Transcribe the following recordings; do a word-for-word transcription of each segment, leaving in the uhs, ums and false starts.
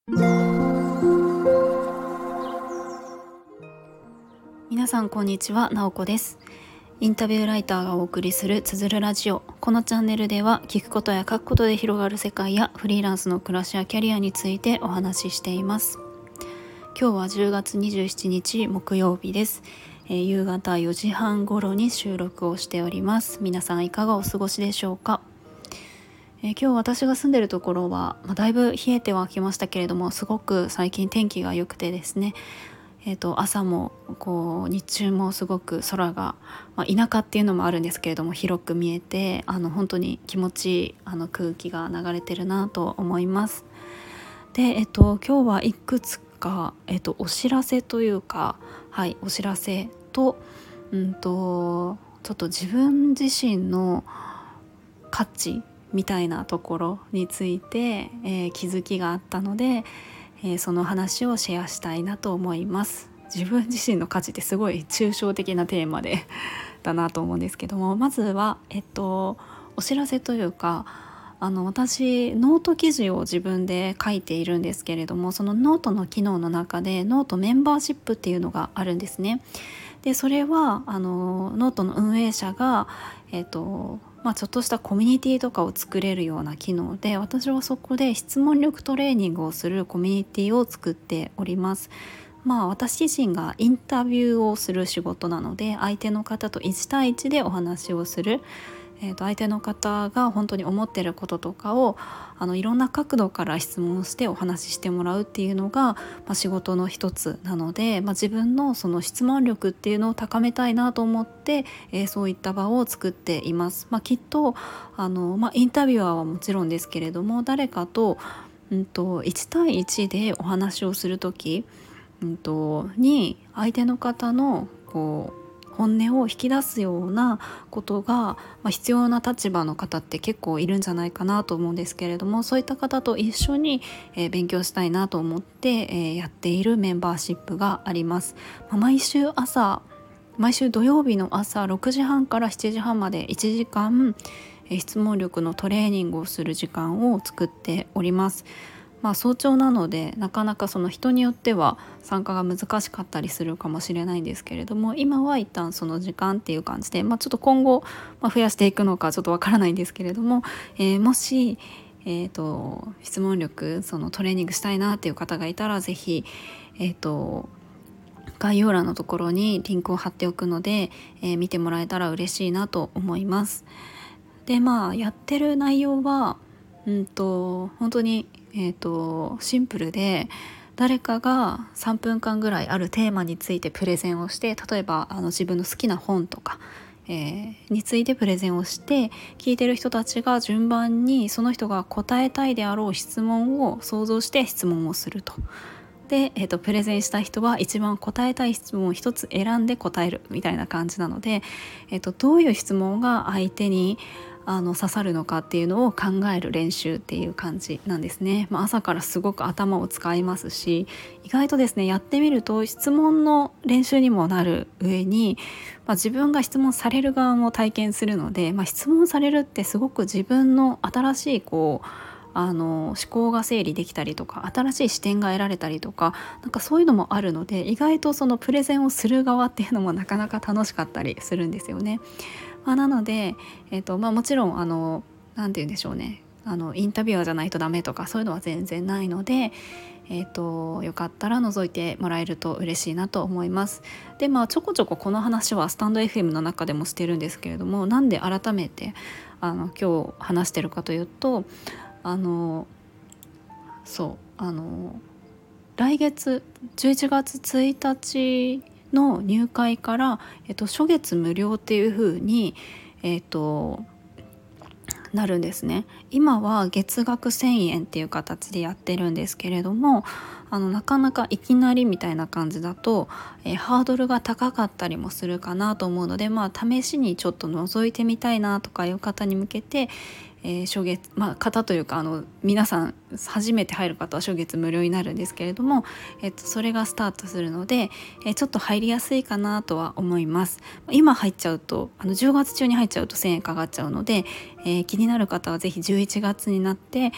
皆さんこんにちは、なおこです。インタビューライターがお送りするつづるラジオ。このチャンネルでは聞くことや書くことで広がる世界やフリーランスの暮らしやキャリアについてお話ししています。今日はじゅうがつにじゅうしちにち木曜日です。えー、夕方よじはん頃に収録をしております。皆さんいかがお過ごしでしょうか。えー、今日私が住んでるところは、まあ、だいぶ冷えてはきましたけれども、すごく最近天気が良くてですね、えー、と朝もこう日中もすごく空が、まあ、田舎っていうのもあるんですけれども広く見えて、あの本当に気持ちいいあの空気が流れてるなと思います。で、えっと、今日はいくつか、えっと、お知らせというか、はい、お知らせと、うんと、ちょっと自分自身の価値みたいなところについて、えー気づきがあったので、えーその話をシェアしたいなと思います。自分自身の価値ってすごい抽象的なテーマでだなと思うんですけども、まずは、えっと、お知らせというか、あの私ノート記事を自分で書いているんですけれども、そのノートの機能の中でノートメンバーシップっていうのがあるんですね。でそれはあのノートの運営者が、えっとまあ、ちょっとしたコミュニティとかを作れるような機能で、私はそこで質問力トレーニングをするコミュニティを作っております。まあ、私自身がインタビューをする仕事なので、相手の方といち対いちでお話をする、えー、と相手の方が本当に思っていることとかをあのいろんな角度から質問してお話ししてもらうっていうのが、まあ、仕事の一つなので、まあ、自分のその質問力っていうのを高めたいなと思って、えーそういった場を作っています。まあ、きっとあの、まあ、インタビュアーはもちろんですけれども、誰かと、うん、といち対いちでお話をする時、うんとに相手の方のこう本音を引き出すようなことが、まあ、必要な立場の方って結構いるんじゃないかなと思うんですけれども、そういった方と一緒に、えー勉強したいなと思って、えーやっているメンバーシップがあります。まあ、毎週朝毎週土曜日の朝ろくじはんからしちじはんまでいちじかん、えー質問力のトレーニングをする時間を作っております。まあ、早朝なのでなかなかその人によっては参加が難しかったりするかもしれないんですけれども、今は一旦その時間っていう感じで、まあ、ちょっと今後、まあ、増やしていくのかちょっとわからないんですけれども、えーもし、えー、と質問力そのトレーニングしたいなっていう方がいたら、ぜひ、えー、と概要欄のところにリンクを貼っておくので、えー見てもらえたら嬉しいなと思います。でまあやってる内容はうんと本当に、えー、とシンプルで、誰かがさんぷんかんぐらいあるテーマについてプレゼンをして、例えばあの自分の好きな本とか、えーについてプレゼンをして、聞いてる人たちが順番にその人が答えたいであろう質問を想像して質問をすると。で、えー、とプレゼンした人は一番答えたい質問を一つ選んで答えるみたいな感じなので、えー、とどういう質問が相手にあの刺さるのかっていうのを考える練習っていう感じなんですね。まあ、朝からすごく頭を使いますし、意外とですねやってみると質問の練習にもなる上に、まあ、自分が質問される側も体験するので、まあ、質問されるってすごく自分の新しいこうあの思考が整理できたりとか、新しい視点が得られたりとか、なんかそういうのもあるので、意外とそのプレゼンをする側っていうのもなかなか楽しかったりするんですよね。まあ、なので、えーとまあ、もちろんあのなんて言うんでしょうね、あのインタビュアーじゃないとダメとかそういうのは全然ないので、えーとよかったら覗いてもらえると嬉しいなと思います。でまあちょこちょここの話はスタンド エフエム の中でもしてるんですけれども、なんで改めてあの今日話してるかというと、あのそうあの来月じゅういちがつついたちの入会から、えっと、初月無料っていう風に、えっと、なるんですね。今は月額せんえんっていう形でやってるんですけれども、あのなかなかいきなりみたいな感じだと、えーハードルが高かったりもするかなと思うので、まあ試しにちょっと覗いてみたいなとかいう方に向けて、えー初月まあ方というかあの皆さん初めて入る方は初月無料になるんですけれども、えっと、それがスタートするので、えーちょっと入りやすいかなとは思います。今入っちゃうとあのじゅうがつ中に入っちゃうとせんえんかかっちゃうので、えー気になる方はぜひじゅういちがつになって、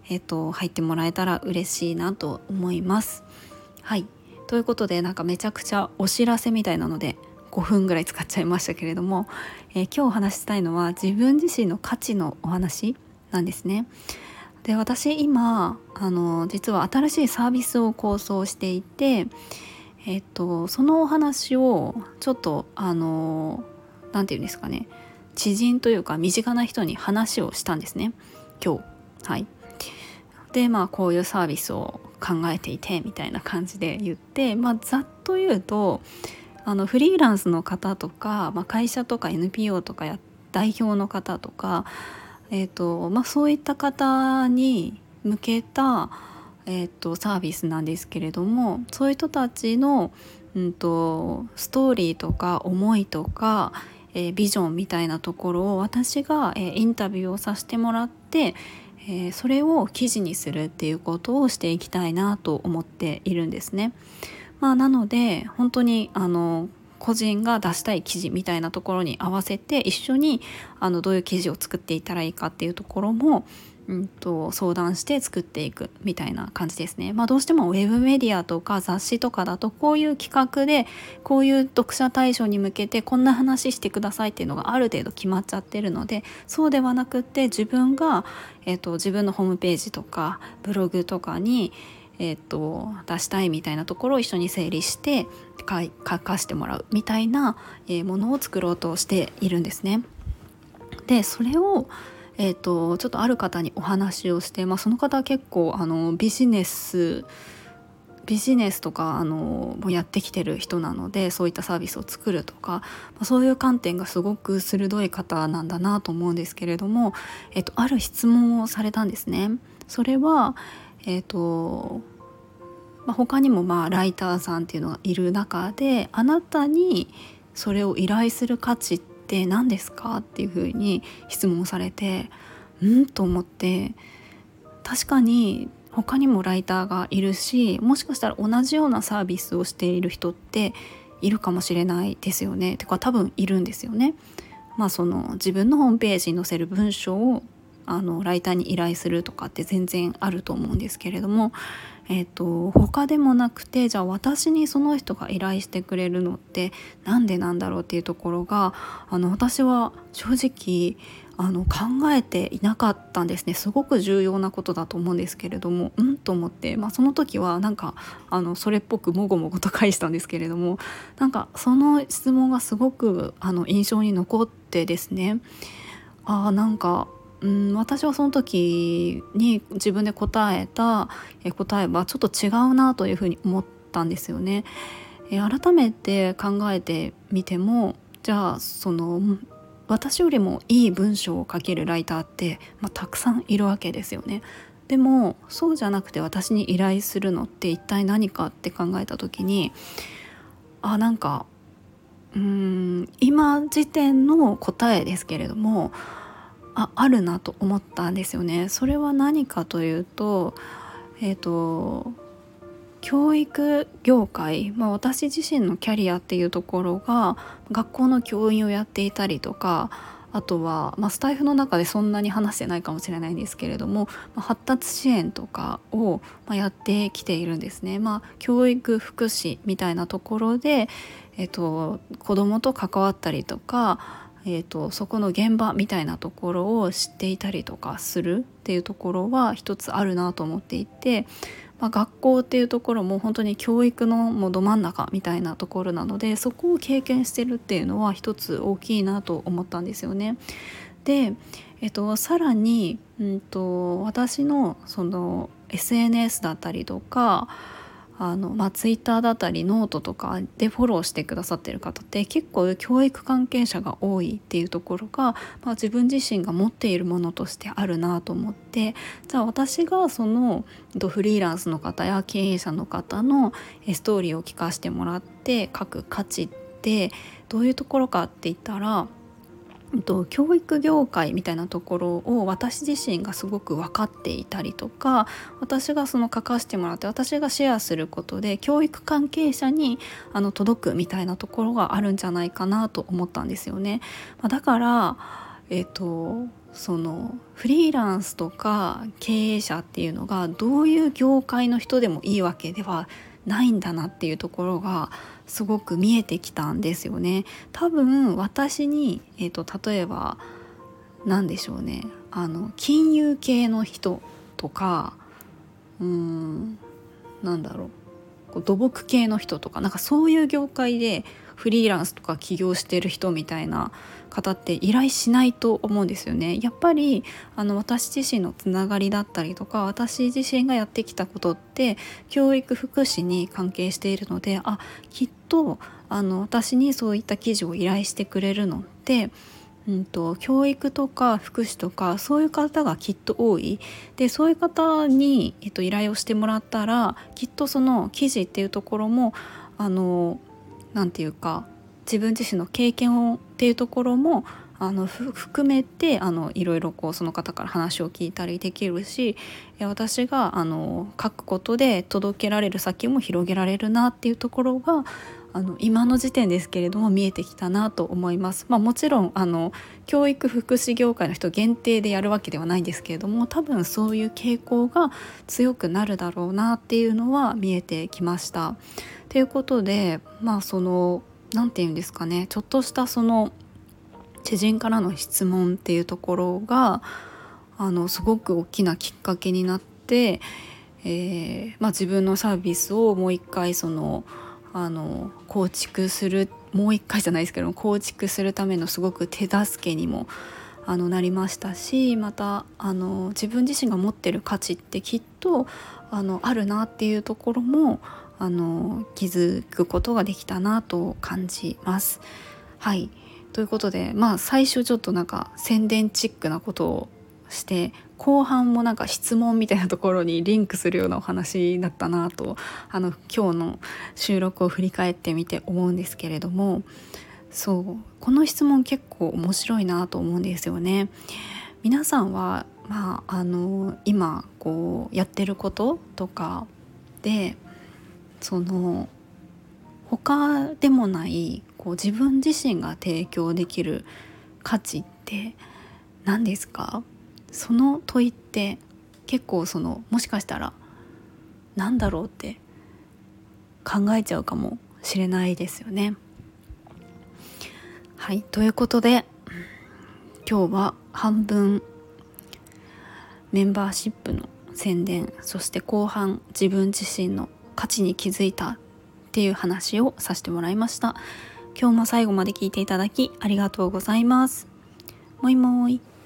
えーと、入ってもらえたら嬉しいなと思います。はい、ということでなんかめちゃくちゃお知らせみたいなのでごふんぐらい使っちゃいましたけれども、えー、今日お話ししたいのは自分自身の価値のお話なんですね。で、私今あの実は新しいサービスを構想していて、えっと、そのお話をちょっとあのなんていうんですかね、知人というか身近な人に話をしたんですね今日。はい、でまあこういうサービスを考えていてみたいな感じで言って、まあ、ざっと言うとあのフリーランスの方とか、まあ、会社とか エヌピーオー とかや代表の方とか、えーとまあ、そういった方に向けた、えーとサービスなんですけれども、そういう人たちの、うんと、ストーリーとか思いとか、えー、ビジョンみたいなところを私が、えー、インタビューをさせてもらって、えー、それを記事にするっていうことをしていきたいなと思っているんですね。まあ、なので本当にあの個人が出したい記事みたいなところに合わせて一緒にあのどういう記事を作っていったらいいかっていうところも、うんと、相談して作っていくみたいな感じですね。まあ、どうしてもウェブメディアとか雑誌とかだとこういう企画でこういう読者対象に向けてこんな話してくださいっていうのがある程度決まっちゃってるので、そうではなくって自分が、えーと、自分のホームページとかブログとかにえー、と出したいみたいなところを一緒に整理して書かしてもらうみたいな、えー、ものを作ろうとしているんですね。でそれを、えー、とちょっとある方にお話をして、まあ、その方は結構あのビジネスビジネスとかあのもうやってきてる人なので、そういったサービスを作るとか、まあ、そういう観点がすごく鋭い方なんだなと思うんですけれども、えー、とある質問をされたんですね。それはえーとまあ、他にもまあライターさんっていうのがいる中で、あなたにそれを依頼する価値って何ですかっていうふうに質問されて、うんと思って、確かに他にもライターがいるし、もしかしたら同じようなサービスをしている人っているかもしれないですよね。てか多分いるんですよね。まあその自分のホームページに載せる文章をあのライターに依頼するとかって全然あると思うんですけれども、えーと、他でもなくて、じゃあ私にその人が依頼してくれるのってなんでなんだろうっていうところが、あの私は正直あの考えていなかったんですね。すごく重要なことだと思うんですけれども、うんと思って、まあ、その時はなんかあのそれっぽくもごもごと返したんですけれども、なんかその質問がすごくあの印象に残ってですね、あなんかうん、私はその時に自分で答えた答えはちょっと違うなというふうに思ったんですよね。え改めて考えてみても、じゃあその私よりもいい文章を書けるライターって、まあ、たくさんいるわけですよね。でもそうじゃなくて私に依頼するのって一体何かって考えた時に、あなんかうーん今時点の答えですけれども、あ、あるなと思ったんですよね。それは何かというと、えーと、教育業界、まあ、私自身のキャリアっていうところが学校の教員をやっていたりとか、あとは、まあ、スタイフの中でそんなに話してないかもしれないんですけれども、まあ、発達支援とかを、まあ、やってきているんですね。まあ、教育福祉みたいなところで、えーと、子どもと関わったりとか、えーと、そこの現場みたいなところを知っていたりとかするっていうところは一つあるなと思っていて、まあ、学校っていうところも本当に教育のもうど真ん中みたいなところなので、そこを経験してるっていうのは一つ大きいなと思ったんですよね。で、えーと、さらに、うんと、私のその エスエヌエス だったりとかあの、まあ、ツイッターだったりノートとかでフォローしてくださってる方って結構教育関係者が多いっていうところが、まあ、自分自身が持っているものとしてあるなと思って、じゃあ私がそのフリーランスの方や経営者の方のストーリーを聞かせてもらって書く価値ってどういうところかって言ったら、教育業界みたいなところを私自身がすごく分かっていたりとか、私がその書かせてもらって私がシェアすることで教育関係者にあの届くみたいなところがあるんじゃないかなと思ったんですよね。だから、えーと、 そのフリーランスとか経営者っていうのがどういう業界の人でもいいわけではないんだなっていうところがすごく見えてきたんですよね。多分私に、えーと、例えば何でしょうね、あの金融系の人とか、うーんなんだろうこう土木系の人とか、なんかそういう業界でフリーランスとか起業してる人みたいな方って依頼しないと思うんですよね。やっぱりあの私自身のつながりだったりとか、私自身がやってきたことって教育福祉に関係しているので、あきっとあの私にそういった記事を依頼してくれるのってうんと、教育とか福祉とかそういう方がきっと多い。でそういう方に、えっと、依頼をしてもらったらきっとその記事っていうところもあのなんていうか自分自身の経験をっていうところもあの含めてあのいろいろこうその方から話を聞いたりできるし、私があの書くことで届けられる先も広げられるなっていうところがあの今の時点ですけれども見えてきたなと思います。まあ、もちろんあの教育福祉業界の人限定でやるわけではないんですけれども、多分そういう傾向が強くなるだろうなっていうのは見えてきました。ということで、まあそのなんていうんですかね、ちょっとしたその知人からの質問っていうところがあのすごく大きなきっかけになって、えーまあ、自分のサービスをもう一回そのあの構築するもう一回じゃないですけど構築するためのすごく手助けにもあのなりましたし、またあの自分自身が持ってる価値ってきっとあのあるなっていうところもあの気づくことができたなと感じます。はい、ということで、まあ最初ちょっとなんか宣伝チックなことをして後半もなんか質問みたいなところにリンクするようなお話だったなとあの今日の収録を振り返ってみて思うんですけれども、そうこの質問結構面白いなと思うんですよね。皆さんは、まあ、あの今こうやってることとかでその他でもないこう自分自身が提供できる価値って何ですか？その問いって結構そのもしかしたらなんだろうって考えちゃうかもしれないですよね。はい、ということで今日は半分メンバーシップの宣伝、そして後半自分自身の価値に気づいたっていう話をさせてもらいました。今日も最後まで聞いていただきありがとうございます。もいもーい。